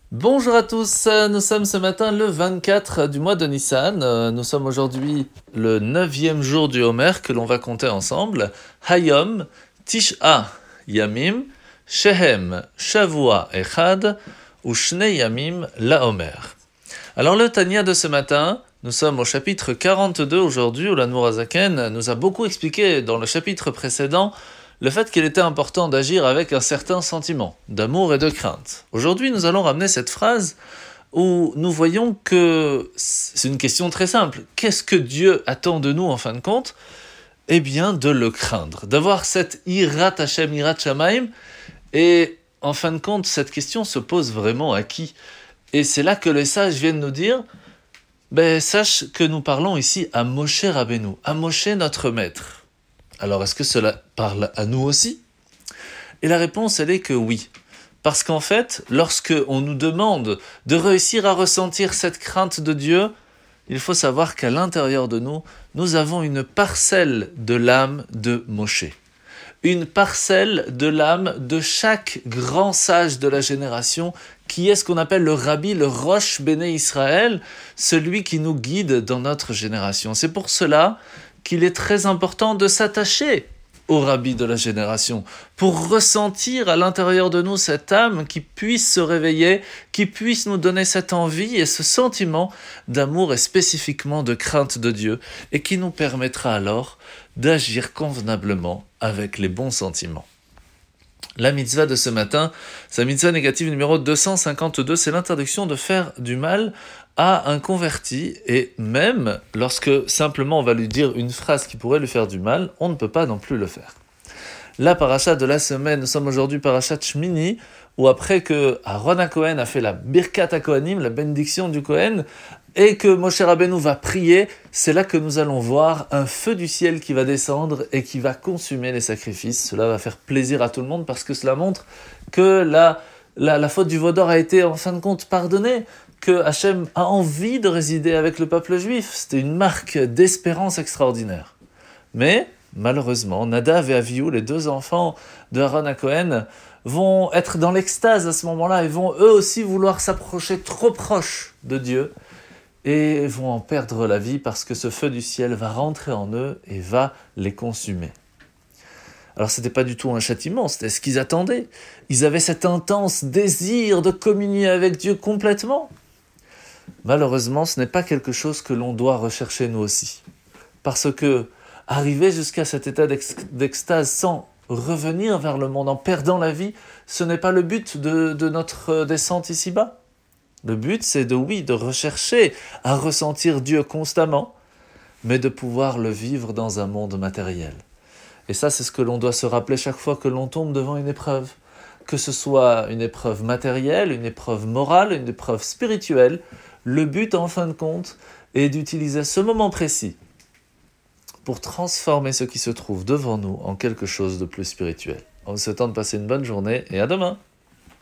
Bonjour à tous, nous sommes ce matin le 24 du mois de Nissan, nous sommes aujourd'hui le 9e jour du Homer que l'on va compter ensemble. Hayom, Tish'a, Yamim, Shehem, Shavua, Echad, ou Shnei Yamim, la Homer. Alors le Tanya de ce matin, nous sommes au chapitre 42 aujourd'hui où l'Admour HaZaken nous a beaucoup expliqué dans le chapitre précédent le fait qu'il était important d'agir avec un certain sentiment d'amour et de crainte. Aujourd'hui, nous allons ramener cette phrase où nous voyons que c'est une question très simple. Qu'est-ce que Dieu attend de nous en fin de compte ? Eh bien, de le craindre, d'avoir cette Irat Hashem, Irat Shamaim. Et en fin de compte, cette question se pose vraiment à qui ? Et c'est là que les sages viennent nous dire, sache que nous parlons ici à Moshe Rabbeinu, à Moshe notre maître. Alors, est-ce que cela parle à nous aussi ? Et la réponse, elle est que oui. Parce qu'en fait, lorsque on nous demande de réussir à ressentir cette crainte de Dieu, il faut savoir qu'à l'intérieur de nous, nous avons une parcelle de l'âme de Moshe. Une parcelle de l'âme de chaque grand sage de la génération, qui est ce qu'on appelle le Rabbi, le Rosh Béné Israël, celui qui nous guide dans notre génération. C'est pour cela qu'il est très important de s'attacher au Rabbi de la génération, pour ressentir à l'intérieur de nous cette âme qui puisse se réveiller, qui puisse nous donner cette envie et ce sentiment d'amour et spécifiquement de crainte de Dieu, et qui nous permettra alors d'agir convenablement avec les bons sentiments. La mitzvah de ce matin, sa mitzvah négative numéro 252, c'est l'interdiction de faire du mal à un converti, et même lorsque simplement on va lui dire une phrase qui pourrait lui faire du mal, on ne peut pas non plus le faire. La paracha de la semaine, nous sommes aujourd'hui parachat Shmini, où après que Aaron HaKohen a fait la Birkat HaKohanim, la bénédiction du Kohen, et que Moshe Rabbeinu va prier, c'est là que nous allons voir un feu du ciel qui va descendre et qui va consumer les sacrifices. Cela va faire plaisir à tout le monde parce que cela montre que la faute du veau d'or a été en fin de compte pardonnée, que Hachem a envie de résider avec le peuple juif. C'était une marque d'espérance extraordinaire. Mais malheureusement, Nadav et Avihu, les deux enfants de Aaron HaKohen, vont être dans l'extase à ce moment-là et vont eux aussi vouloir s'approcher trop proche de Dieu et vont en perdre la vie parce que ce feu du ciel va rentrer en eux et va les consumer. Alors ce n'était pas du tout un châtiment, c'était ce qu'ils attendaient. Ils avaient cet intense désir de communier avec Dieu complètement. Malheureusement, ce n'est pas quelque chose que l'on doit rechercher nous aussi. Parce que arriver jusqu'à cet état d'extase sans revenir vers le monde en perdant la vie, ce n'est pas le but de notre descente ici-bas. Le but, c'est de rechercher à ressentir Dieu constamment, mais de pouvoir le vivre dans un monde matériel. Et ça, c'est ce que l'on doit se rappeler chaque fois que l'on tombe devant une épreuve. Que ce soit une épreuve matérielle, une épreuve morale, une épreuve spirituelle, le but, en fin de compte, est d'utiliser ce moment précis pour transformer ce qui se trouve devant nous en quelque chose de plus spirituel. En vous souhaitant de passer une bonne journée et à demain.